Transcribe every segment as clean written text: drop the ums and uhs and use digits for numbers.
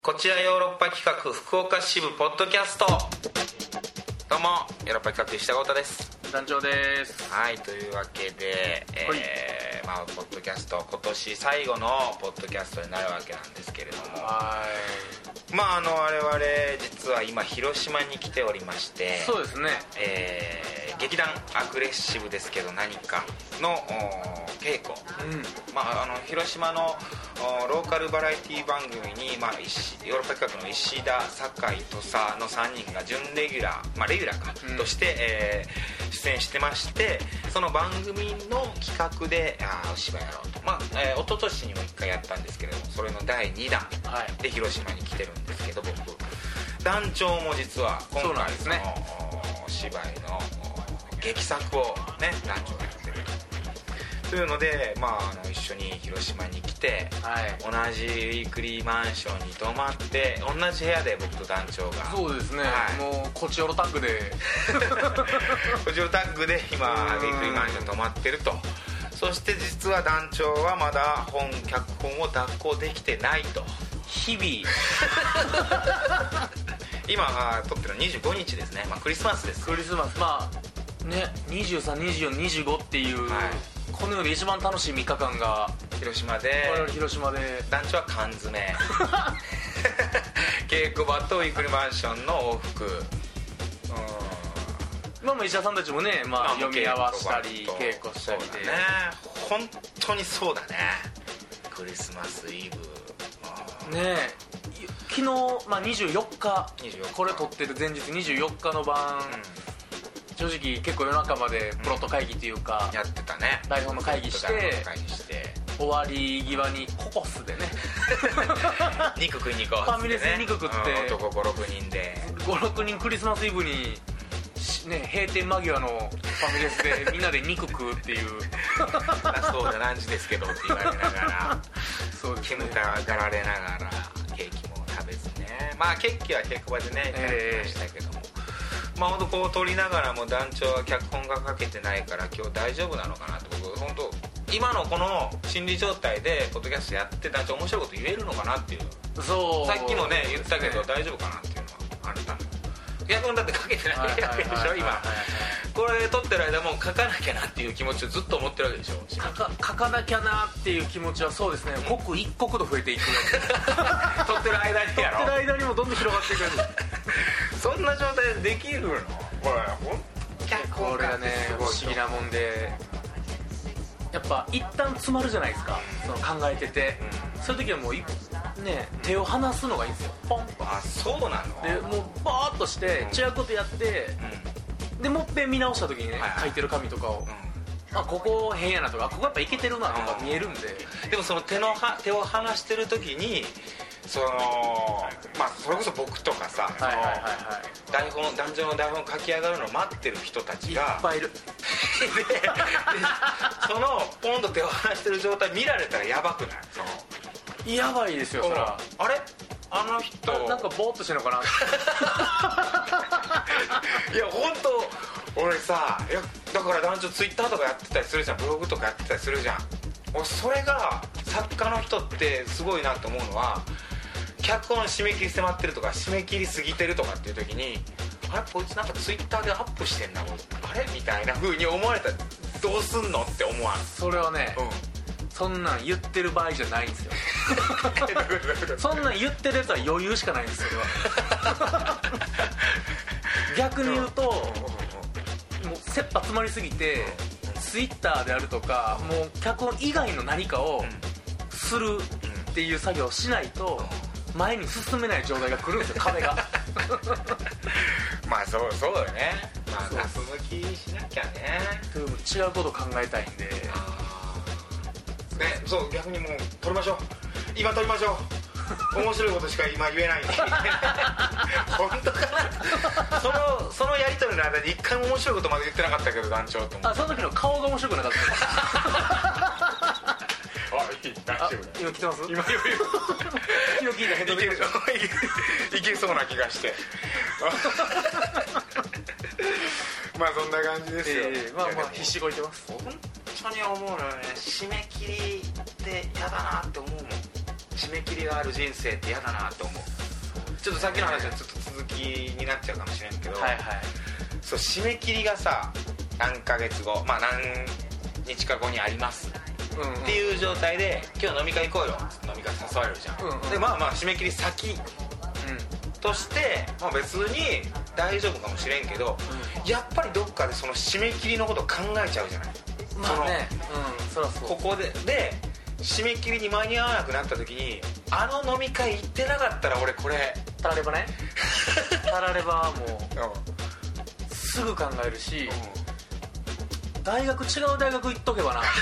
こちらヨーロッパ企画福岡支部ポッドキャスト。どうもヨーロッパ企画石田豪太です。 団長です。 はい、というわけで、ポッドキャスト今年最後のポッドキャストになるわけなんですけれども、我々実は今広島に来ておりまして、 そうですね、 劇団アグレッシブですけど何かの稽古、広島のローカルバラエティ番組に、ヨーロッパ企画の石田、酒井、土佐の3人が準レギュラー、レギュラーか、として、出演してまして、その番組の企画でお芝居やろうと、一昨年にも1回やったんですけれども、それの第2弾で広島に来てるんですけど、僕団長も実は今回そのお芝居の劇作をね団長がやってるというので、一緒に広島に来て、同じウィークリーマンションに泊まって同じ部屋で僕と団長が、 そうですね、もうこちおろタッグでこちおろタッグで今ウィークリーマンションに泊まってると。そして実は団長はまだ脚本を脱行できてないと。 日々 今撮ってるの25日ですね、クリスマスです。 クリスマス23、24、25っていう、この世で一番楽しい3日間が広島で、 我々広島で、 団長は缶詰稽古場とウィークリーマンションの往復、 石田さんたちもね、読み合わしたり稽古したりで、 そうだね、本当にそうだね。クリスマスイブね、昨日、24日これ撮ってる前日24日の晩、正直結構夜中までプロット会議というか、 やってたね。 台本の会議して終わり際にココスでね肉食いに行こう、 ファミレスで肉食って、 男 5,6 人で 5,6 人クリスマスイブにね、閉店間際のファミレスでみんなで肉食うっていうラストオーダー何時ですけどって言われながらそうですね、 煙たがられながらケーキも食べずね、ケーキは稽古場でねいただきましたけども、本当こう撮りながらも団長は脚本が書けてないから今日大丈夫なのかなって、僕本当今のこの心理状態でポッドキャストやって団長面白いこと言えるのかなっていう、 そうさっきもね言ったけど大丈夫かなっていうのはあったの。脚本だって書けてないわけでしょ今。これ撮ってる間もう書かなきゃなっていう気持ちをずっと思ってるわけでしょ。 書かなきゃなっていう気持ちはそうですね、刻一刻と増えていく撮ってる間にやろ、 撮ってる間にもどんどん広がっていくそんな状態でできるの？ これがね不思議なもんで、やっぱ一旦詰まるじゃないですか、その考えてて、そういう時はもう手を離すのがいいんですよ、ポンと。 そうなの？ でもうバーッとして違うことやって、でもっぺん見直した時にね、書いてる紙とかを、ここ変やなとか、ここやっぱいけてるなとか見えるんで。 でもその手を離してる時にそれこそ僕とかさ、団長の台本書き上がるのを待ってる人たちがいっぱいいるでそのポンと手を離してる状態見られたらやばくない？ やばいですよ、そら。 あれあの人なんかボーっとしてるのかないや本当俺さ、だから団長ツイッターとかやってたりするじゃん、ブログとかやってたりするじゃん。俺それが作家の人ってすごいなと思うのは、脚本締め切り迫ってるとか締め切りすぎてるとかっていう時に、あれこいつなんかツイッターでアップしてんな、あれみたいな風に思われたらどうすんのって思わん？ それはね、そんなん言ってる場合じゃないんですよそんなん言ってるやつは余裕しかないんですよ逆に言うと、もう切羽詰まりすぎて、ツイッターであるとか、もう脚本以外の何かをするっていう作業をしないと前に進めない状態が来るんですよ、壁がそうだよね。ガス抜きしなきゃね。 違うこと考えたいんでそう逆にもう撮りましょう、今撮りましょう面白いことしか今言えないんで本当かなそのやり取りの間に一回も面白いことまで言ってなかったけど団長と思って、 その時の顔が面白くなかった今来てます？ 今聞いたヘッドでいけそうな気がしてそんな感じですよ。 必死こいてます。 本当に思うのよね、締め切りって嫌だなって思うもん。締締め切りがある人生って嫌だなと思う。ちょっとさっきの話はちょっと続きになっちゃうかもしれんけど、 はいはい、 そう締め切りがさ何ヶ月後、まあ何日か後にあります、っていう状態で今日飲み会行こうよ飲み会誘われるじゃん、でまあまあ締め切り先、として、まあ、別に大丈夫かもしれんけど、やっぱりどっかでその締め切りのことを考えちゃうじゃない。 まあね、そらそう。 ここで締め切りに間に合わなくなった時にあの飲み会行ってなかったら俺これたらればねたらればもうすぐ考えるし、大学違う大学行っとけばな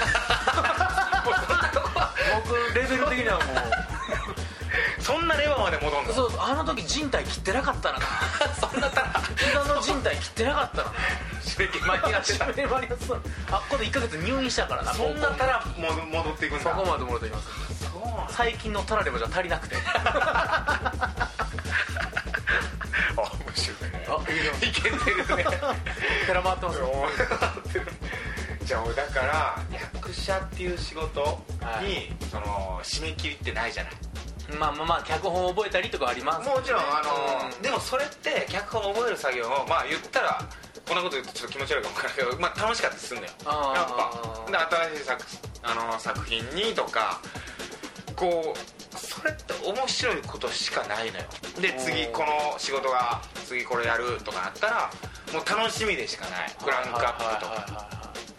僕レベル的にはもうそんなレバーまで戻んの。 そうあの時靭帯切ってなかったらなそんなたら膝の靭帯切ってなかったらな締め切り間に合ってた締め切り間に合ってたあっこで1ヶ月入院したからな。 そんなたら戻っていくんだ。 そこまで戻っていきます。最近のたらればじゃ足りなくてあ面白いね。 あいけてるねペラ回ってますよじゃあだから役者っていう仕事に、 はい、 その締め切りってないじゃない。 まあ脚本を覚えたりとかあります、ね、 もちろんでもそれって脚本を覚える作業をまあ言ったらこんなこと言うとちょっと気持ち悪いかもわからないけど、まあ、楽しかったりするんだよやっぱで新しい作品にとかこうそれって面白いことしかないのよ。で次この仕事が次これやるとかなったらもう楽しみでしかない。クランクアップとか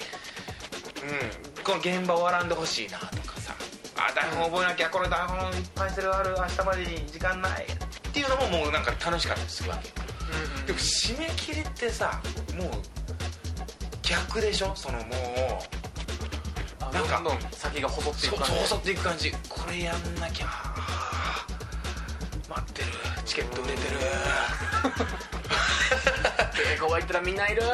この現場終わらんでほしいなとかさ、台本覚えなきゃこれ台本いっぱいするある明日までに時間ないっていうのももうなんか楽しかったりするわけ、でも締め切りってさもう逆でしょ。そのもうなんかどんどん先が細っていく感じ。 細っていく感じ。これやんなきゃ待ってるチケット売れてるテレコ行ったらみんないる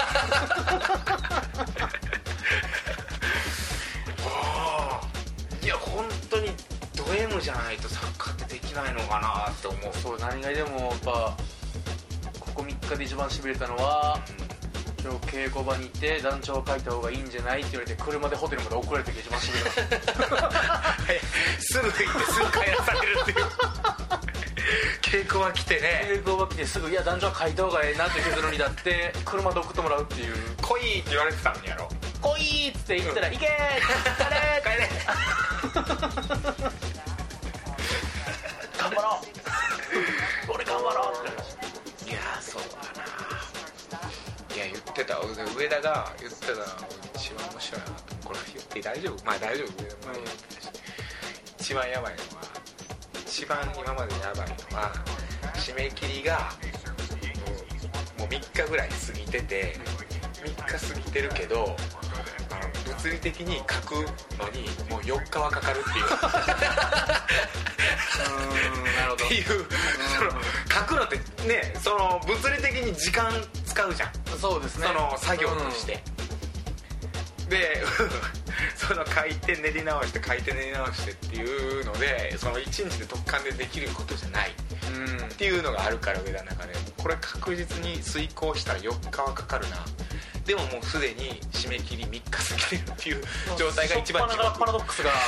いや本当にド M じゃないとサッカーってできないのかなって思う。 そう何がでもやっぱここ3日で一番しびれたのは、今日稽古場に行って団長を書いた方がいいんじゃないって言われて車でホテルまで送られて一番しびれますぐ行ってすぐ帰らされるっていう稽古場来てね稽古場来てすぐいや団長は書いた方がええなって結論になって車で送ってもらうっていう。 来いって言われてたのにやろ。 来いっつって言ったら、行けーって帰れ頑張ろう俺頑張ろうって。 いやそうだないや言ってた上田が言ってたの一番面白いなと。これ言って大丈夫？まあ大丈夫。上田も言ってたし、一番やばいのは一番今までやばいのは締め切りがもう3日ぐらい過ぎてて3日過ぎてるけど物理的に書くのにもう4日はかかるっていうなるほどっていうその書くのってねその物理的に時間使うじゃん。 そうですね。 その作業として、でその書いて練り直して書いて練り直してっていうのでその1日で突貫でできることじゃないっていうのがあるから上田の中でこれ確実に遂行したら4日はかかるな。でももうすでに締め切り3日過ぎてるっていう状態が一番地獄。 パラドックスが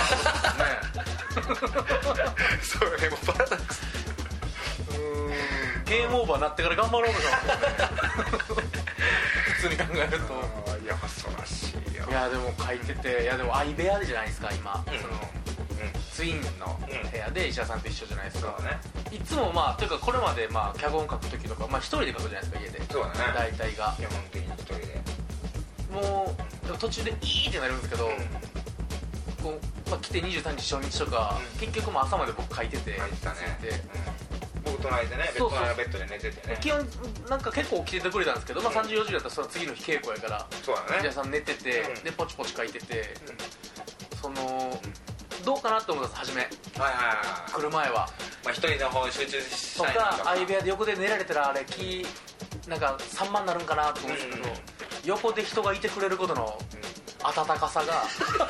そうねもうパラドックスゲームオーバーなってから頑張ろうとか普通に考えるといやそうらしいよ。 いやでも書いてていやでも相部屋じゃないですか今、そのツインの部屋で医者さんと一緒じゃないですか、いつもまあというかこれまでまあ脚本書く時とか一人で書くじゃないですか家で。 そうだね大体がいや本当に一人でもう途中でいいってなるんですけど、こう来て23日初日とか結局もう朝まで僕書いてて書いてたね僕隣でねベッドで寝ててね基本なんか結構起きててくれたんですけど、34時だったらその次の日稽古やからそうだね医者さん寝てて、でポチポチ書いてて、そのどうかなって思ったんです初め来る前は一人の方に集中したいなとか相部屋で横で寝られたらあれなんか散漫になるんかなと思うんですけど、横で人がいてくれることの温かさが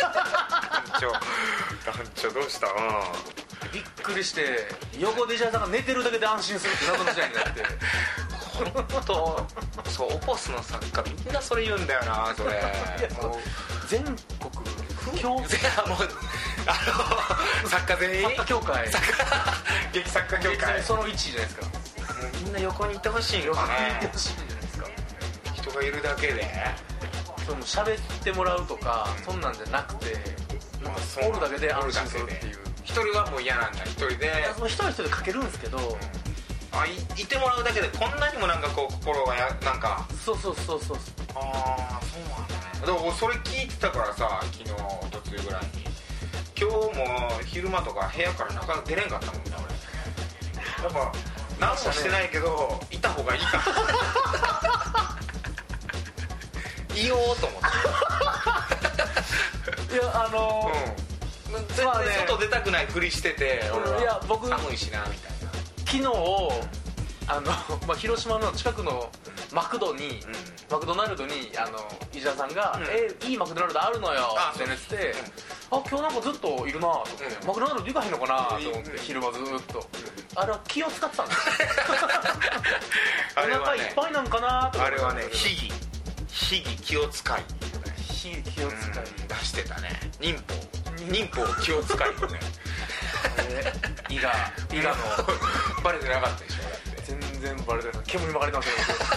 団長どうしたびっくりして横で医者さんが寝てるだけで安心するって謎の時代になって本当そうオポスの作家みんなそれ言うんだよなそれ全国共通作家全員作家協会劇作家協会その1位じゃないですか。 もうみんな横にいてほしいのかね。 横にいてほしいんじゃないですか。 人がいるだけでその喋ってもらうとか、そんなんじゃなくて、なんかおるだけで安心するっていう。 一人はもう嫌なんだ。一人でその一人一人で書けるんですけど、 いてもらうだけでこんなにもなんかこう心がなんかそう。 ああそうなんだね。でもそれ聞いてたからさ、昨日おとついぐらいに今日も昼間とか部屋からなかなか出れんかったもんね俺。やっぱ何もしてないけどいた方がいいかいようと思っていや全然外出たくないふりしてて、俺はいや僕寒いしなみたいな。 昨日広島の近くのマクドナルドに石田さんがいいマクドナルドあるのよって言って今日なんかずっといるなと思ってマクドナルド行かへんのかなと思って昼間ずっとあれは気を使ってたんですお腹いっぱいなんかなと思って。 あれはね秘技気を使い気を使い出してたね。忍法気を使いのね伊賀のバレてなかったでしょ。だって全然バレてない。煙巻かれてます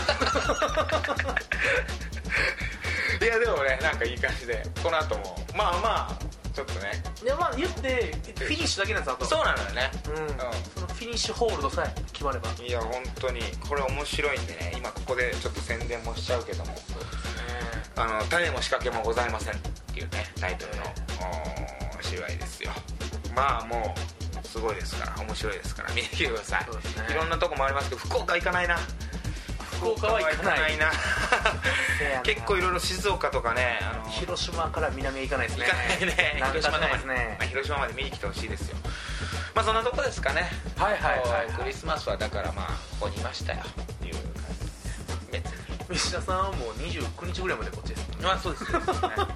よいやでもねなんかいい感じでこの後もまあちょっとねいや言ってフィニッシュだけなんです。あとそうなのよね。 そのフィニッシュホールドさえ決まれば。 いや本当にこれ面白いんでね、今ここでちょっと宣伝もしちゃうけども、種も仕掛けもございませんっていうねタイトルのお芝居ですよ。まあもうすごいですから面白いですから見てください。いろんなとこもありますけど福岡行かないな。 福岡は行かないな結構いろいろ静岡とかね広島から南へ行かないですね。 行かないね。広島ですね。 広島まで見に来てほしいですよ。まあそんなとこですかね。 はいクリスマスはだからまあここにいましたよっていう別に石田さんはもう29日ぐらいまでこっちですもんね。 まあそうですね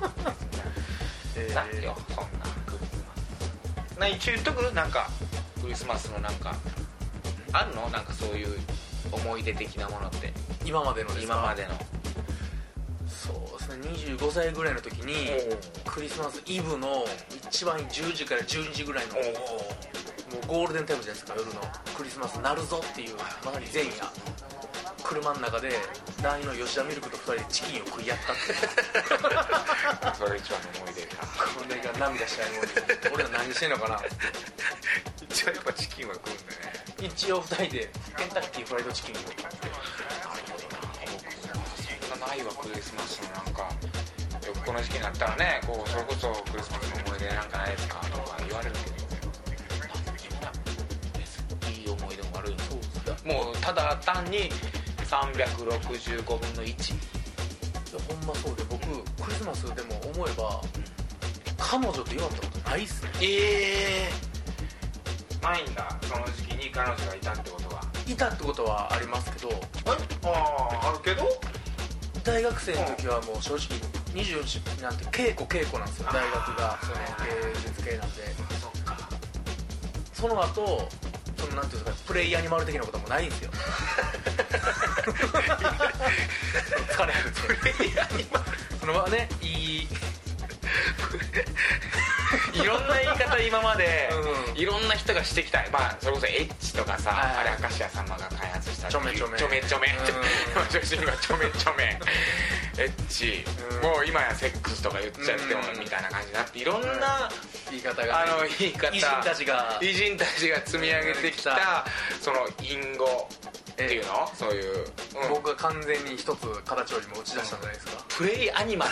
さよそんなクリスマス一応言っとく。なんかクリスマスのなんかあるの？なんかそういう思い出的なものって今までのですか？ 今までのそうですね。25歳ぐらいの時にクリスマスイブの一番10時から12時ぐらいのもうゴールデンタイムじゃないですか。夜のクリスマスなるぞっていうまさに前夜車の中で団員の吉田ミルクと2人でチキンを食い合ったってそれ一番の思い出か。 これが涙しない思い出。俺ら何してんのかな一応やっぱチキンは食うんだね。 一応2人でケンタッキーフライドチキンを食って。 そんなないわクリスマスのなんかよくこの時期になったらねこうそれこそクリスマスの思い出なんかないですかとか言われるけどいい思い出も悪いのもうただ単に365分の1。いやほんまそうで僕クリスマスでも思えば彼女と祝ったことないっすね。 ないんだ。その時期に彼女がいたってことは。 いたってことはありますけどあるけど大学生の時はもう正直24時なんて稽古なんですよ。大学がその芸術系なんで。 そっか。 その後そのなんていうんですかプレイアニマル的なこともないんですよ疲れるプレイアニマルそのねいろんな言い方今まで、 うん、 いろんな人がしてきた。まあそれこそエッチとかさ、あれ明石家さんまが開発したちょめ女子がちょめちょめエッチ、もう今やセックスとか言っちゃってもみたいな感じになっていろんな言い方が、ね、 言い方偉人たちが積み上げてきたその隠語っていうの、そういう、 僕が完全に一つ形よりも打ち出したんじゃないですか、 プレイアニマル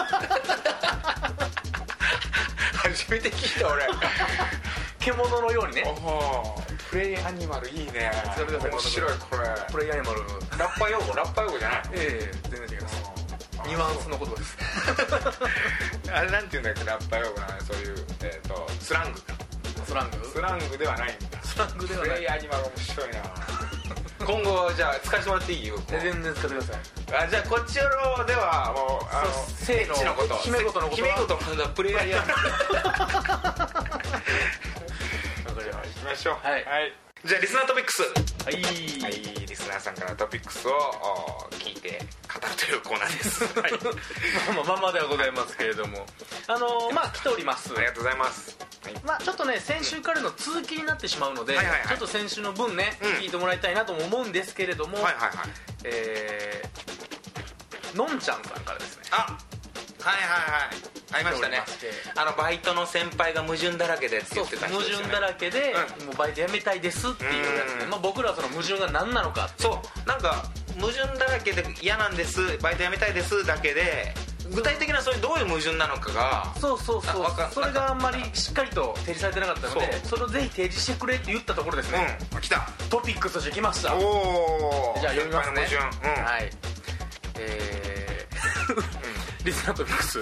初めて聞いた俺獣のようにね。 プレイアニマルいいね。面白いこれ。 プレイアニマルラッパ用語じゃない。 全然違います。ニュアンスのことですあれなんていうんだっけ、ラッパ用語なの。そういうスラングか。 スラングではないんだ。 スラングではない。 プレイアニマル面白いな今後じゃあ使わせてもらっていいよ。 全然使ってください。 じゃあこっちのではもうエッチのこと姫事のことはプレイアニマルわかりました。行きましょう。はい、じゃあリスナートピックス。はい、リスナーさんからトピックスを聞いて語るというコーナーです。はい、 まあまあではございますけれども、まあ来ております。 ありがとうございます。 まあちょっとね先週からの続きになってしまうので、 はいはいはい、 ちょっと先週の分ね、聞いてもらいたいなとも思うんですけれども、 はいはいはい、 のんちゃんさんからですね、 はいはいはいありましたね。バイトの先輩が矛盾だらけでって言ってた人ですよね。 矛盾だらけで、もうバイト辞めたいですっていうやつで、まあ、僕らはその矛盾が何なのか、 そうなんか矛盾だらけで嫌なんです、バイト辞めたいですだけで具体的なそれどういう矛盾なのかがそうそれがあんまりしっかりと提示されてなかったので、それをぜひ提示してくれって言ったところですね、 来たトピックとして来ました。 おお、 じゃあ読みますね。 矛盾、 はいリスナートピックス、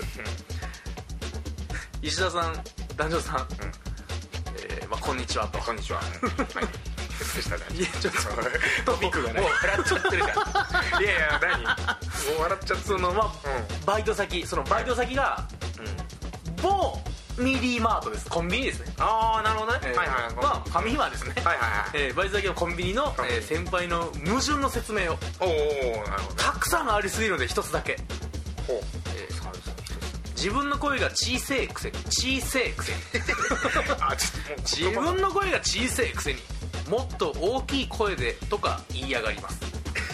石田さん、男女さん、まあ、こんにちはと。 こんにちは。はい。 いやちょっとトピックがねもう笑っちゃってるじゃん。いやいや何？もう笑っちゃってそのまあ、バイト先が、某ミリーマートです。コンビニですね。 ああなるほどね。はいはい。 まあファミマですね。 はいはいはい。 バイト先のコンビニの先輩の矛盾の説明を。 おおなるほど。 たくさんありすぎるので一つだけ。 ほう。 自分の声が小せえくせに自分の声が小せえくせにもっと大きい声でとか言いやがります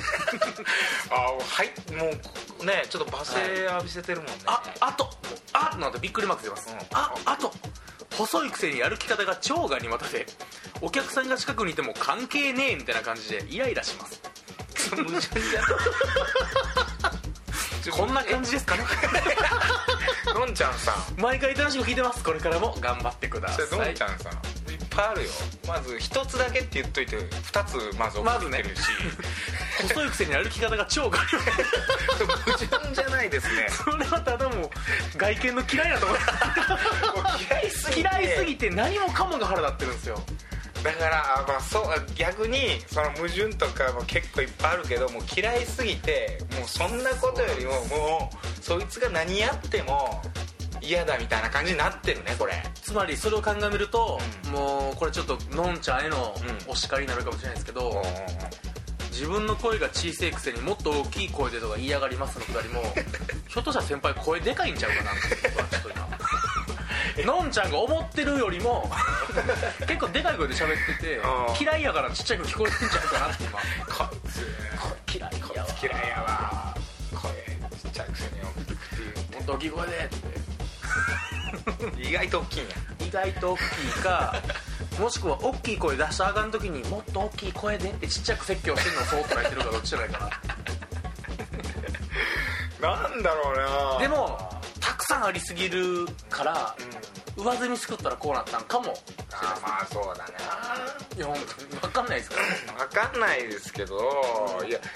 はいもうねちょっと罵声浴びせてるもんね、 あとなんてびっくりマーク出ます、あと細いくせに歩き方が超ガニ股でお客さんが近くにいても関係ねえみたいな感じでイライラします矛盾じゃこんな感じですかねのんちゃんさん毎回楽しく聞いてます。これからも頑張ってください。 のんちゃんさんいっぱいあるよ。まず一つだけって言っといて二つまず送ってるし、 細いくせに歩き方が超ガニ矛盾じゃないですね。 それはただもう外見の嫌いだと思います嫌いすぎて何もかもが腹立ってるんですよ。 だからまあそう逆にその矛盾とかも結構いっぱいあるけどもう嫌いすぎてもうそんなことよりももうそいつが何やっても嫌だみたいな感じになってるねこれ。 つまりそれを鑑みると、もうこれちょっとのんちゃんへのお叱りになるかもしれないですけど、自分の声が小さいくせにもっと大きい声でとか言いやがりますのくだりもひょっとしたら先輩声でかいんちゃうかなって僕はちょっと今のんちゃんが思ってるよりも結構でかい声で喋ってて嫌いやからちっちゃい声聞こえてんちゃうかなって今こいつ嫌いやわ声ちっちゃいくせにっていうもっと大きい声でって意外と大きいんや。 意外と大きいかもしくは大きい声出したらあかん時にもっと大きい声でってちっちゃく説教してるのをそう捉えてるかどっちじゃないかななんだろうな。 でもたくさんありすぎるから、上積み作ったらこうなったんかもしれない。 まあそうだね。 いや本当に分かんないですからね。 分かんないですけど、いや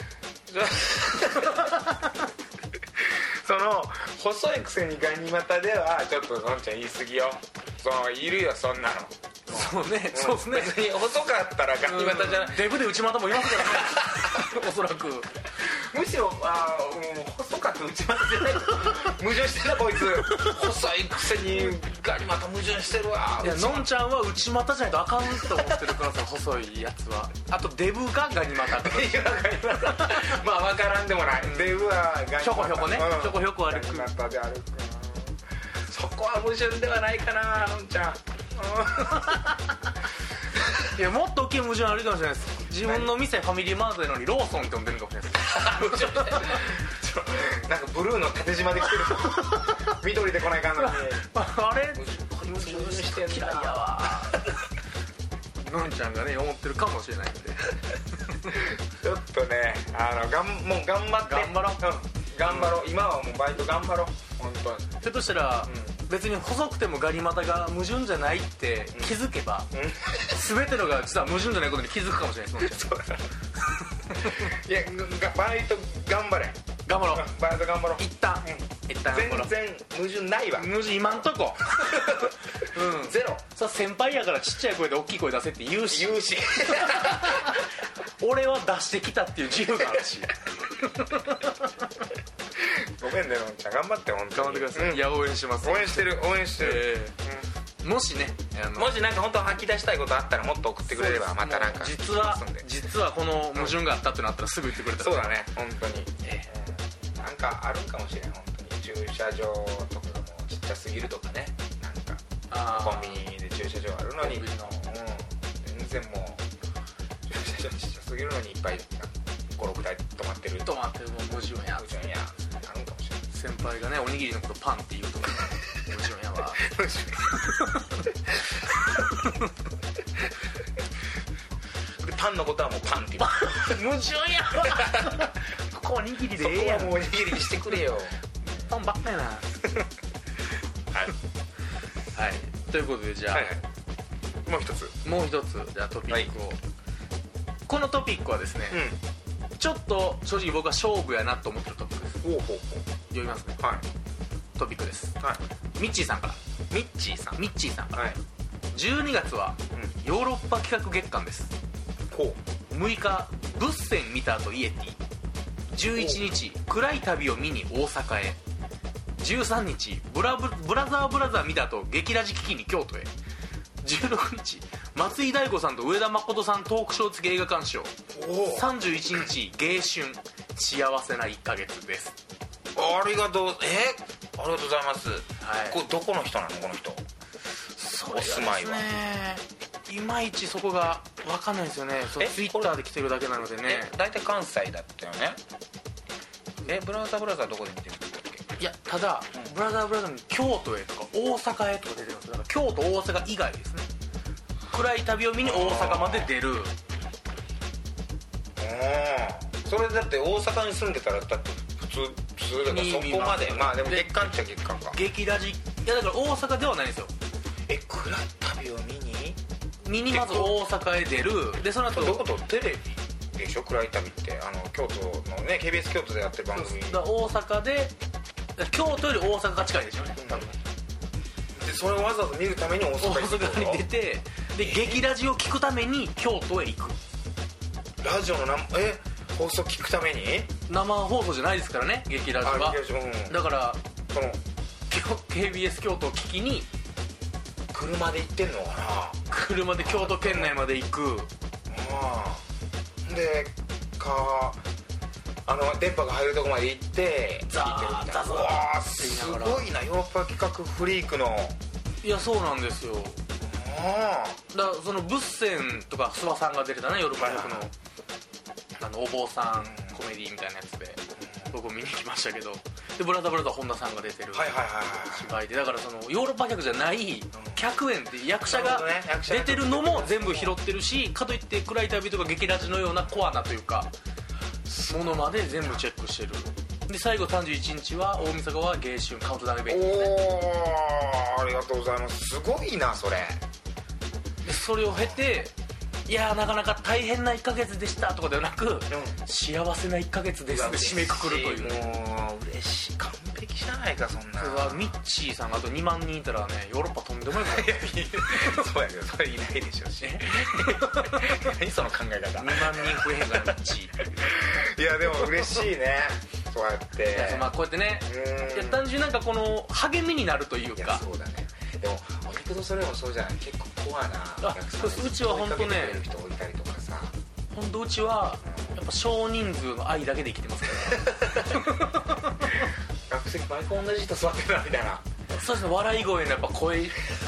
その細いくせにガニ股ではちょっとのんちゃん言い過ぎよ。いるよそんなの。 そうね、そうですね。 別に細かったらガニ股じゃない。 デブで内股もいますからねおそらく。 むしろもう細かった内股じゃない矛盾してるなこいつ。細いくせにガニ股矛盾してるわ。 いやのんちゃんは内股じゃないとあかんと思ってるからさ細いやつは。あとデブがガニ股とかまあ分からんでもない。デブはガニ股ひょこひょこね、ひょこひょこ歩く。 ガニ股で歩く。そこは矛盾ではないかなのんちゃん。 いやもっと大きい矛盾あるかもしれないです。自分の店ファミリーマートなのにローソンって呼んでるかもしれないですなんかブルーの縦縞で来てる緑で来ないかんのにあれ矛盾してんな。 嫌いやわのんちゃんがね思ってるかもしれないんでちょっとねもう頑張って頑張ろう。今はもうバイト頑張ろう本当に。 ひょっとしたら、別に細くてもガニ股が矛盾じゃないって気づけば、全てのが実は矛盾じゃないことに気づくかもしれないです。 そうだいやバイト頑張れ。 頑張ろう。 バイト頑張ろう。 一旦頑張ろう。 全然矛盾ないわ。 矛盾今んとこゼロ。 さ先輩やからちっちゃい声で大きい声出せって言うし俺は出してきたっていう自由があるしごめんねのんちゃん頑張って本当に頑張ってください。いや応援します。 応援してるもしねもしなんか本当吐き出したいことあったらもっと送ってくれればまたなんか実はこの矛盾があったってなったらすぐ言ってくれたら。 そうだね本当になんかあるんかもしれん本当に。駐車場とかがもうちっちゃすぎるとかね。なんかコンビニで駐車場あるのに、全然もう駐車場ちっちゃすぎるのにいっぱい5、6台止まってる、 もう矛盾やあるんかもしれない。 先輩がねおにぎりのことパンって言うとか矛盾やわでパンのことはもうパンって言う矛盾やわここおにぎりでええやん、 そこはもうおにぎりにしてくれよパンばっかやなはい、はい、ということでじゃあ、 はいはい、もう一つじゃあトピックを、はい、 このトピックはですね、ちょっと正直僕は勝負やなと思ってるトピックです。読みますね、はい、トピックです、はい、ミッチーさんからミッチーさん、 はい、12月はヨーロッパ企画月間です。6日ブッセン見た後イエティ、11日暗い旅を見に大阪へ、13日ブラザー見た後激ラジ危機に京都へ、16日松井大悟さんと上田誠さんトークショー付き映画鑑賞、31日芸春幸せな1ヶ月です。 ありがとうございます、はい、これどこの人なのこの人、お住まいは。 いまいちそこが分かんないですよね。ツイッターで来てるだけなのでね。 大体関西だったよね。ブラザーどこで見てるんだっけ。 いやただ、ブラザーに京都へとか大阪へとか出てるんですよ。だから京都大阪以外ですね。暗い旅を見に大阪まで出る。 それだって大阪に住んでたらだって普通だからそこまで、まあでも月間っちゃ月間か。 激ラジ、いやだから大阪ではないんですよ。 暗い旅を見にまず大阪へ出る。でその後どういうこと、テレビでしょ暗い旅って、京都のね KBS 京都でやってる番組だ。大阪で京都より大阪が近いでしょうね、多分。 でそれをわざわざ見るために大阪に出て、で激ラジを聞くために京都へ行く。 ラジオの放送聞くために生放送じゃないですからね激ラジは。だからその KBS 京都を聞きに車で行ってんのかな。 車で京都県内まで行く。 で電波が入るとこまで行ってザーザーわーすごいな、ヨーロッパ企画フリークの。 いやそうなんですよ。だからそのブッセンとか諏訪さんが出てたね、ヨーロッパ企画のお坊さんコメディみたいなやつで僕見に行きましたけど、でブラザー本田さんが出てる芝居で、だからそのヨーロッパ客じゃない客演って役者が出てるのも全部拾ってるし、かといって暗い旅とか激ラジのようなコアなというかものまで全部チェックしてる。で最後31日は大晦日は芸春カウントダウンイベントですね。 ありがとうございます。すごいなそれ。 でそれを経て、いやなかなか大変な1ヶ月でしたとかではなく、幸せな1ヶ月ですで締めくくるという。 もう嬉しい、完璧じゃないかそんな。 それはミッチーさんがあと2万人いたらね、ヨーロッパとんでもないからそうやけどそれいないでしょうし何その考え方。2 万人増えへんからミッチーいやでも嬉しいねそうやって。 まあこうやってね、いや単純になんかこの励みになるというか。いやそうだね。でもお客とそれもそうじゃない、結構コアなお客さん、 うちは本当ね人いたりとかさ、 本当うちはやっぱ少人数の愛だけで生きてますから学生毎回同じ人座ってるなみたいな。 そうですね、笑い声のやっぱ声ね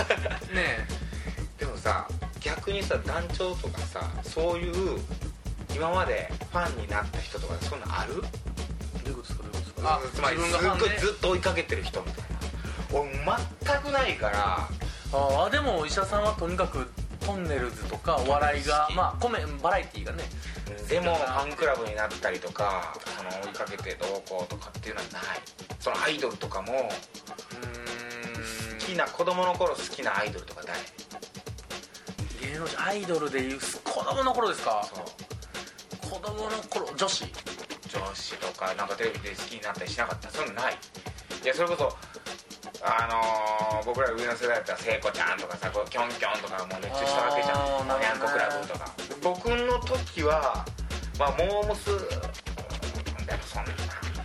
でもさ逆にさ団長とかさそういう今までファンになった人とかそういうのある？ どういうことですか？ つまりすっごいずっと追いかけてる人みたいな。俺全くないから。 でも石田さんはとにかくトンネルズとかお笑いが、まあバラエティーがね。 でもファンクラブになったりとか追いかけてどうこうとかっていうのはない。そのアイドルとかも好きな子供の頃好きなアイドルとか誰？ 芸能人アイドルでいう子供の頃ですか？そう子供の頃女子とかなんかテレビで好きになったりしなかった？そういうのない？いやそれこそ僕ら上の世代だったら聖子ちゃんとかさキョンキョンとかもう熱中したわけじゃん。ニャンコクラブとか。僕の時はまあモームスでもそんな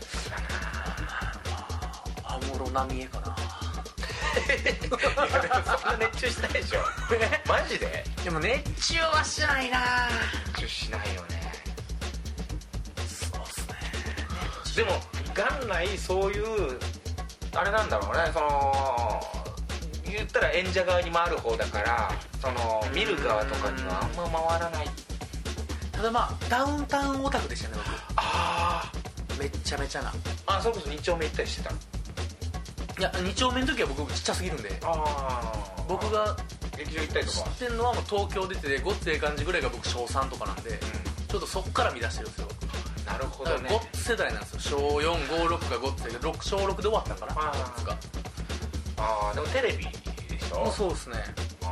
安室奈美恵かな。 いやでもそんな熱中しないでしょマジで？ でも熱中はしないな。 熱中しないよね。 そうっすね。 でも元来そういうあれなんだろうね、その言ったら演者側に回る方だからその見る側とかにはあんま回らない。 ただまあダウンタウンオタクでしたね僕。 あめっちゃめちゃな。 あ、それこそ2丁目行ったりしてたの？ いや2丁目の時は僕ちっちゃすぎるんで、僕が劇場行ったりとか知ってんのはもう東京出てごっつええ感じぐらいが僕小3とかなんで、ちょっとそっから見出してるんですよ。 なるほどね。 だからゴッツ世代なんですよ。小456がゴッツで小6で終わったんかな。ゴッツが。 ああ、でもテレビでしょ？ そうですね。 あ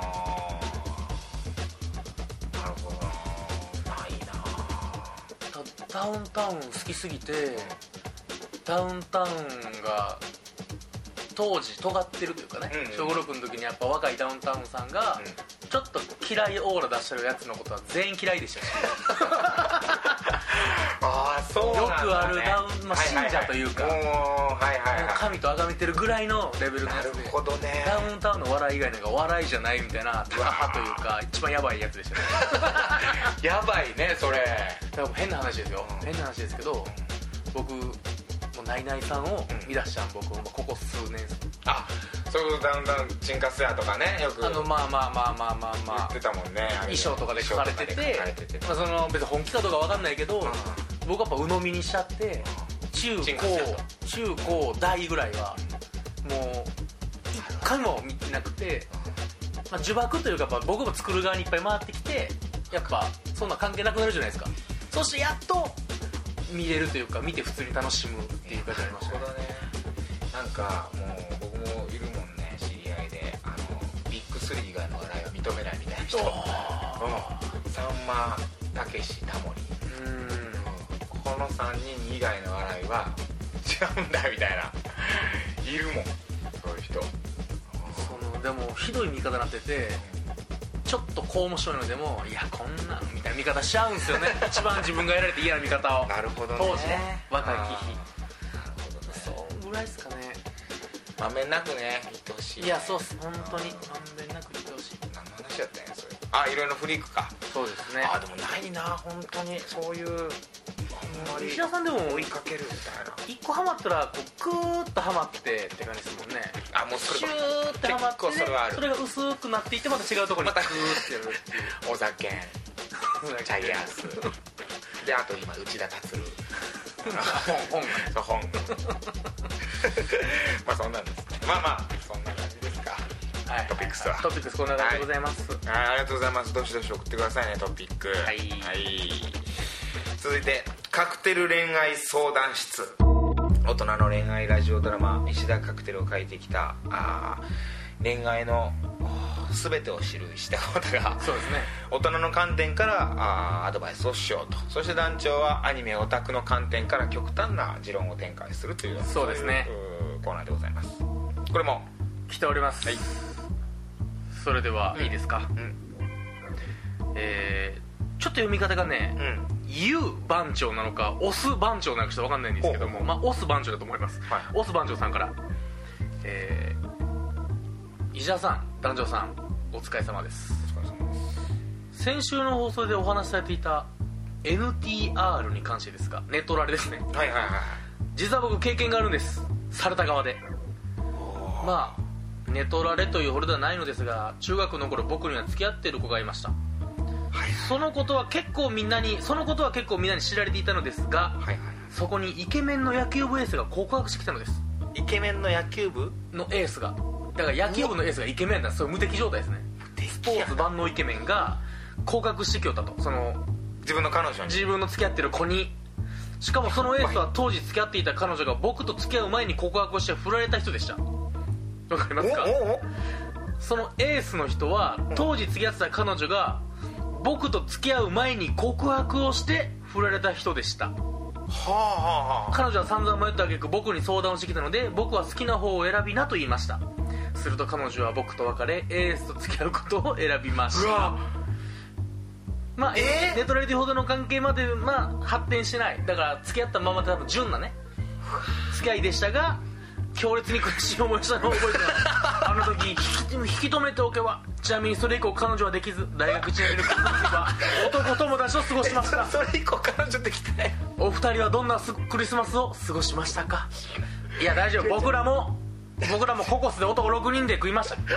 あ、なるほどな。ないな。 ダウンタウン好きすぎて、ダウンタウンが当時尖ってるというかね、小5、6の時にやっぱ若いダウンタウンさんがちょっと嫌いオーラ出してるやつのことは全員嫌いでしたしああ、そうなんだね。 よくあるダウン、まあ、信者というか、神と崇めてるぐらいのレベルのやつで。 なるほどね。 ダウンタウンの笑い以外のが笑いじゃないみたいなタカ派というか一番ヤバいやつでしたねやばいねそれ。 だから変な話ですよ、変な話ですけど、僕もうナイナイさんを見出したん僕ここ数年。 あ、そういうダウンタウンチンカスやとかね、よくまあ言ってたもんね。 衣装とかで書かれてて、まあ、その別に本気かどうか分かんないけど、僕はやっぱ鵜呑みにしちゃって、中高大ぐらいはもう一回も見てなくて、まあ、呪縛というかやっぱ僕も作る側にいっぱい回ってきて、やっぱそんな関係なくなるじゃないですか。そしてやっと見れるというか見て普通に楽しむっていう感じになりましたね。 なんかもう僕もいるもんね、知り合いでビッグ3以外の笑いは認めないみたいな人。さんま、たけし、タモリ、この3人以外の笑いは違うんだみたいないるもん、そういう人。 でもひどい見方になってて、ちょっとこう面白いのでもいやこんなんみたいな見方しちゃうんですよね一番自分がやられて嫌な見方を。 なるほどね。 当時ね、若い日。 なるほどね。 そうぐらいですかね。 まんべんなくね言ってほしい、ね。 いやそうっす、本当にまんべんなく言ってほしい。 何の話やったんやそれ。あ、いろいろフリークか。 そうですね。 あ、でもないな本当にそういう。 石田さんでも追いかけるみたいな。 一個ハマったらこうグーッとハマってって感じですもんね。 あ、もうそれシューってハマって、 それはある。 それが薄くなっていってまた違うところにグーッてやるっていう。 お酒ジャイアンツで、あと今内田達郎本まあそんなんですね。まあそんな感じですか。はい、トピックスはトピックスこんな感じでございます。 ありがとうございます。どしどし送ってくださいね、トピック。はい、続いてカクテル恋愛相談室。大人の恋愛ラジオドラマ石田カクテルを書いてきた恋愛の全てを知る石田浩太が、そうですね、大人の観点からアドバイスをしようと。そして団長はアニメオタクの観点から極端な持論を展開するという、 そうですね、 コーナーでございます。これも来ております。はい、それではいいですか。ちょっと読み方がね、ユ番長なのかオス番長なのかちょっと分かんないんですけども、まあオス番長だと思います。オス番長さんから、石田さん、団長さん、お疲れ様です。先週の放送でお話しされていた NTR に関してですが、ネットラレですね。実は僕経験があるんです、された側で。まあネトラレというほどではないのですが、中学の頃僕には付き合っている子がいました。そのことは結構みんなに知られていたのですが、そこにイケメンの野球部エースが告白してきたのです。 イケメンの野球部のエースが、だから野球部のエースがイケメンだ、そういう無敵状態ですね。スポーツ万能イケメンが告白してきよったと、その自分の彼女に、 自分の付き合ってる子に。しかもそのエースは当時付き合っていた彼女が僕と付き合う前に告白をして振られた人でした。わかりますか？そのエースの人は当時付き合ってた彼女が僕と付き合う前に告白をして振られた人でした。彼女は散々迷った挙句僕に相談をしてきたので、僕は好きな方を選びなと言いました。すると彼女は僕と別れ、エースと付き合うことを選びました。まあネトラレティほどの関係まで発展してない。だから付き合ったまま多分純なね付き合いでしたが、強烈に苦しい思いをしたのを覚えてます。あの時引き止めておけば。ちなみにそれ以降彼女はできず、大学1年目のクリスマスは男友達と過ごしました。 それ以降彼女できてない。 お二人はどんなクリスマスを過ごしましたか？いや大丈夫、僕らも僕らもココスで男6人で食いました。違う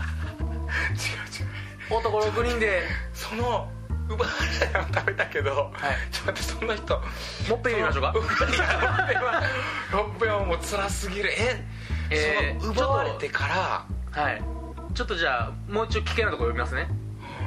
男6人でその奪われたの食べたけど、はい、ちょっと待って、その人もっぺん言いましょうか。 ロッペはもう辛すぎる。その奪われてから、 はい、ちょっとじゃあもう一度危険なところ読みますね。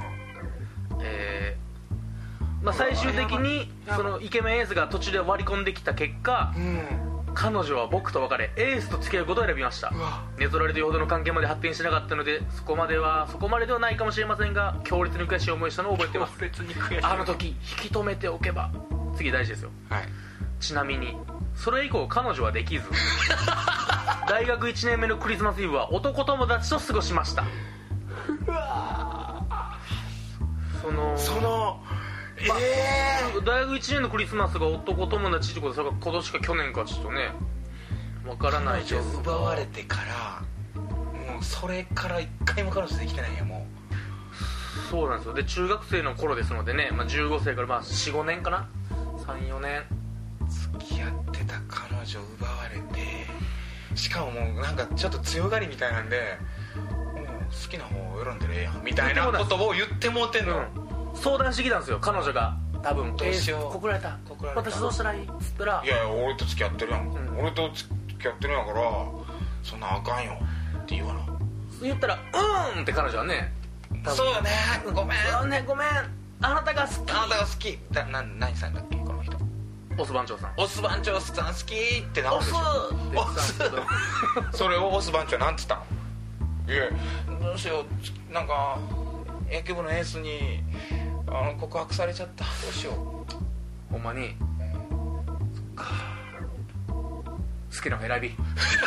最終的にそのイケメンエースが途中で割り込んできた結果、彼女は僕と別れエースと付き合うことを選びました。寝取られというほどの関係まで発展しなかったのでそこまでではないかもしれませんが、強烈に悔しい思いしたのを覚えています。あの時引き止めておけば。次大事ですよ、はい、ちなみにそれ以降彼女はできず大学1年目のクリスマスイブは男友達と過ごしました。うわその大学1年のクリスマスが男友達ってことは今年か去年かちょっとねわからないです。 彼女奪われてからもうそれから一回も彼女できてないんや。もうそうなんですよ。で中学生の頃ですのでね、15歳から4,5 年かな、 3,4 年付き合ってた彼女奪われて、しかももうなんかちょっと強がりみたいなんで、もう好きな方を選んでるみたいなことを言ってもうてんの、 相談してきたんですよ彼女が。多分どうしよう、 告られた私どうしたらいいっつったら、 いや俺と付き合ってるやん、俺と付き合ってるんやからそんなあかんよって言うわな。 言ったらって彼女はね、 そうよね、ごめんごめん、あなたが好き何さんだっけこの人。 オス番長さん。 オス番長さん好きってなるでしょ。オスそれをオス番長なんて言ったの。いやどうしよう、なんか野球部のエースに告白されちゃった、どうしよう。ほんまにそっか、好きなの選びかっ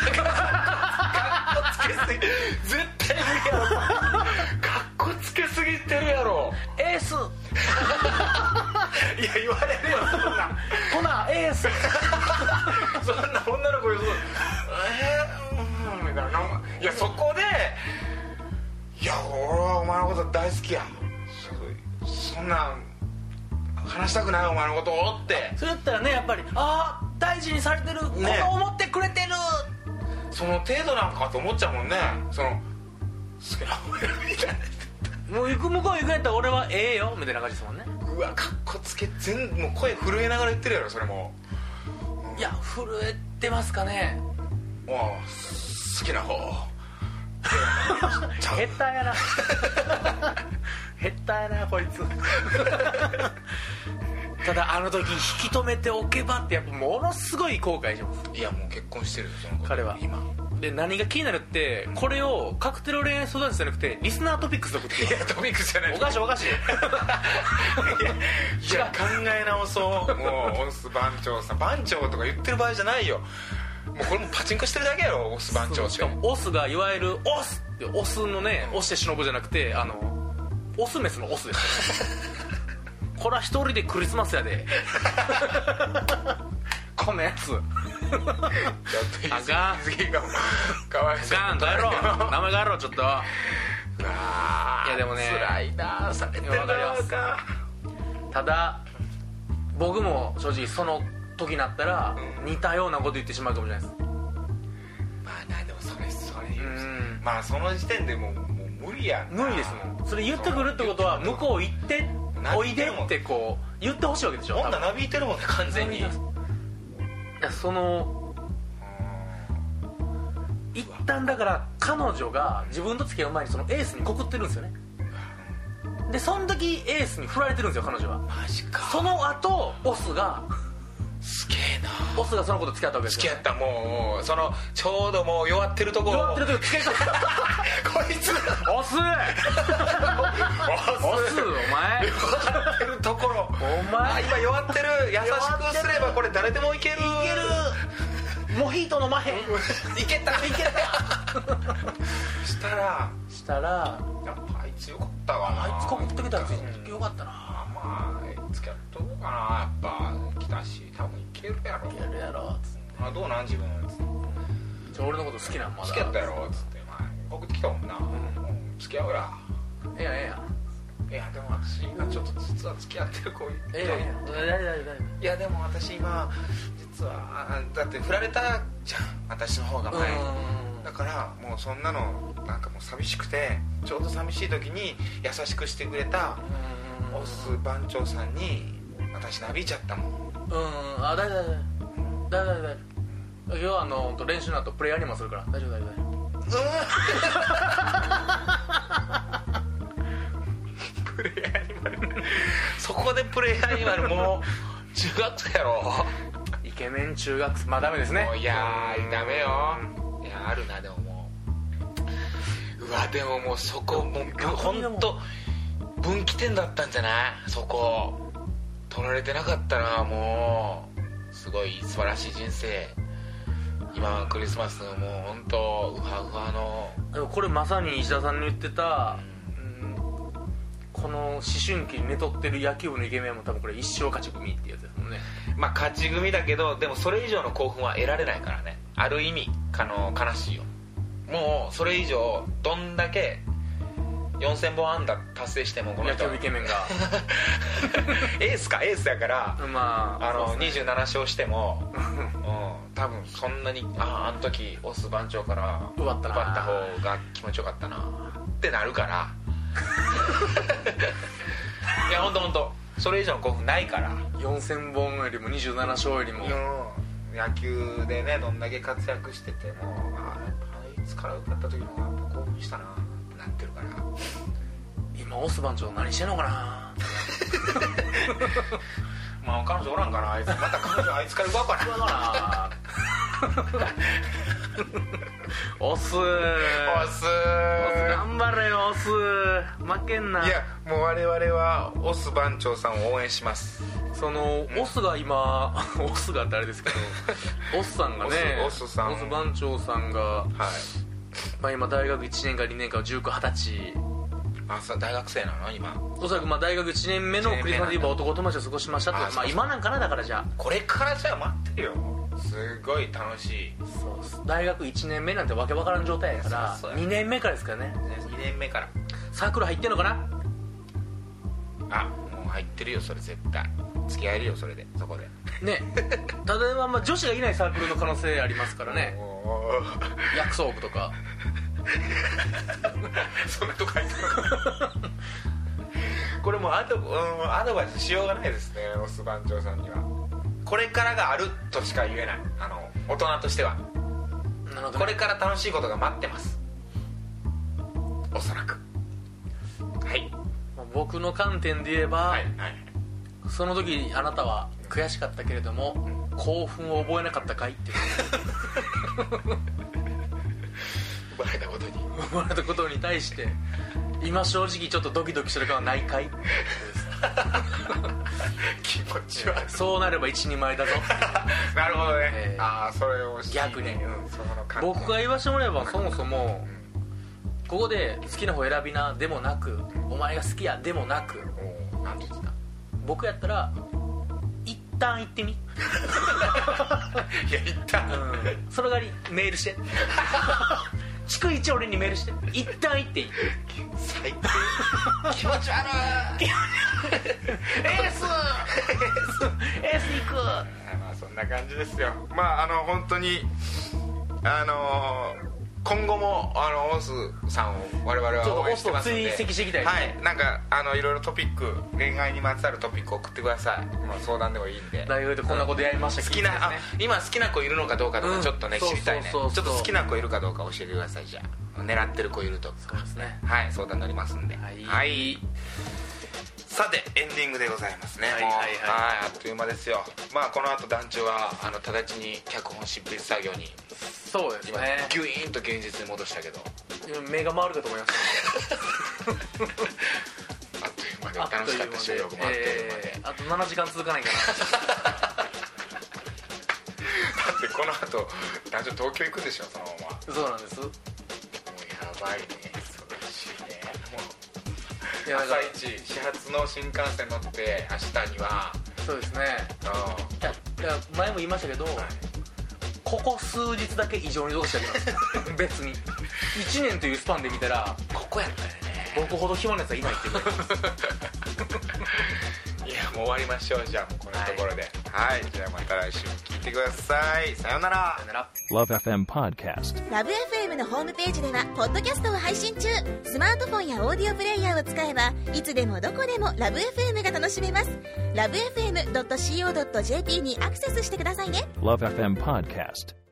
こつけすぎ、 絶対無理やろかっこつけすぎてるやろ。 エースいや言われるよそんなほなエースそんな女の子よみたいな。いやそこで、いや俺はお前のこと大好きや、そんな話したくないお前のことをって。 そう言ったらね、やっぱり大事にされてる、こね、 と思ってくれてる、 その程度なんかと思っちゃうもんね。その好きな方選びみたいな。 もう向こう行くんやったら俺はええよみたいな感じですもんね。 うわかっこつけ、もう声震えながら言ってるやろそれも。 いや震えてますかね。 好きな方ヘッダーやなヘッダーやなこいつただあの時引き止めておけばってやっぱものすごい後悔します。 いやもう結婚してるよその子彼は今で。何が気になるってこれをカクテル恋愛相談じゃなくてリスナートピックスで送って。 いやトピックスじゃない、 おかしいおかしいいや考え直そう。もうオス番長さん番長とか言ってる場合じゃないよ。もうこれもパチンコしてるだけやろオス番長って。 しかもオスがいわゆるオスってオスのね、オスで忍ぶじゃなくてオスメスのオスですこれは一人でクリスマスやでこんなやつあかんかわいそう。 あかん帰ろう名前帰ろうちょっと。いやでもね辛いなされてるな。 ただ僕も正直その時になったら似たようなこと言ってしまうかもしれないです。 まあな、でもそれ言う、まあその時点でもう無理やんな。 無理ですもん。それ言ってくるってことは向こう行っておいでってこう言ってほしいわけでしょ。 女なびいてるもんね完全に。いやその一旦だから彼女が自分と付き合う前にそのエースに告ってるんですよね。でその時エースに振られてるんですよ彼女は。 マジか。 その後オスがすげえな。 オスがその子と付き合ったわけですよ。 付き合った。もうそのちょうどもう弱ってるところ。 弱ってるところ付き合ったこいつオスお前弱ってるところお前今弱ってる。優しくすればこれ誰でもいける。 モヒート飲まへんいけたしたらやっぱあいつよかったわな。 あいつ告ってきたやつよかったな。 まあ付き合っとこうかな。やっぱ来たし多分いけるやろ。 いけるやろつって、 どうなん自分つって俺のこと好きなんまだ付き合ったやろつって、告ってきたもんな、付き合おうや。 ええやでも私今ちょっと実は付き合ってる子いて。 いやでも私今実はだって振られたじゃん私の方が前。 だからもうそんなのなんかもう寂しくて、ちょうど寂しい時に優しくしてくれたオス番長さんに私なびいちゃったもん。 あ、大丈夫今日は練習の後プレイアニマルするから大丈夫。 プレイアニマルそこでプレイアニマルもう中学生やろ。 イケメン中学生、まあダメですね。 いやーダメよ。いやあるな。でももうわ、でももうそこもう本当分岐点だったんじゃない？そこ取られてなかったらもうすごい素晴らしい人生。今クリスマスのもう本当ウハウハの。 でもこれまさに石田さんの言ってた、この思春期に寝取ってる野球部のイケメンも多分これ一生勝ち組ってやつですもんね。 まあ勝ち組だけど、でもそれ以上の興奮は得られないからね。ある意味悲しいよ。もうそれ以上どんだけ4000本安打達成してもこの人野球部イケメンがエースやから、 まあ 27勝しても多分そんなにあの時オス番長から奪った方が気持ちよかったなってなるからいや本当それ以上の興奮ないから。 4000本よりも27勝よりも野球でねどんだけ活躍してても、やっぱいつから受かった時の方がやっぱ興奮したなってなってるから。 今オス番長何してんのかなまあ彼女おらんかな。また彼女あいつから奪うかなオス頑張れよオス、負けんな。 いやもう我々はオス番長さんを応援します。 そのオスが今オスがってあれですけどオスさんがねオス番長さんが、 はい、 まあ、今大学1年か2年か19、20歳。 大学生なの今。 おそらくまあ大学1年目のクリスマスイブは男友達と過ごしましたって。まあ今なんかな。だからじゃあこれからじゃあ待ってるよ。すごい楽しい。 そう大学1年目なんてわけわからん状態やから2年目からですからね。 2年目からサークル入ってんのかな。 もう入ってるよそれ絶対。付き合えるよそれでそこでね。ただまあ女子がいないサークルの可能性ありますからね。薬草部とかそんなとこ入ってるこれもうアドバイスしようがないですね。オス番長さんにはこれからがあるとしか言えない。大人としてはなるほど、ね、 これから楽しいことが待ってます、おそらく。はい、 僕の観点で言えば、 はいはい、 その時あなたは悔しかったけれども、興奮を覚えなかったかいって奪われたことに対して今正直ちょっとドキドキする感はないかい気持ちはそうなれば一人前だぞなるほどね、それを逆に、 その僕が言わせてもらえばそもそも、ここで好きな方選びなでもなく、お前が好きやでもなく、 なんて言ってた？ 僕やったら一旦行ってみいや一旦、 その代わりメールして逐一俺にメールして一旦行っていい。 最低気持ち悪いエース行く。まあそんな感じですよ。まあ本当に今後もオスさんを我々は応援してますので、 ちょっと追跡していきたいですね。 はい、なんかいろいろトピック、恋愛にまつわるトピックを送ってください。まあ相談でもいいんで。 大学でこんな子出会いました好きな、今好きな子いるのかどうかとかちょっとね、知りたいね。ちょっと好きな子いるかどうか教えてください。じゃあ狙ってる子いるとか、 そうですね、 はい、相談乗りますんで。はい、さてエンディングでございますね。あっという間ですよ。まあこの後団長は直ちに脚本執筆作業に、 そうですね、 ギュイーンと現実に戻したけど目が回るかと思いましたあっという間で楽しかった収録もあっという間で、 あと7時間続かないかなだってこの後団長東京行くでしょそのまま。 そうなんです。もうやばいね、素晴らしいね。もういや朝一始発の新幹線乗って明日には。 そうですね。いや前も言いましたけど、ここ数日だけ異常にどうしてあげます別に1年というスパンで見たらここやったよね。 僕ほど暇なやつはいないっていういやもう終わりましょう。じゃあもうこのところで、はい、じゃあまた来週も聞いてください。さようなら。 さよなら。 LoveFM Podcast。 ラブ FM のホームページではポッドキャストを配信中。スマートフォンやオーディオプレイヤーを使えばいつでもどこでもラブ FM が楽しめます。ラブ FM.co.jp にアクセスしてくださいね。 LoveFM Podcast。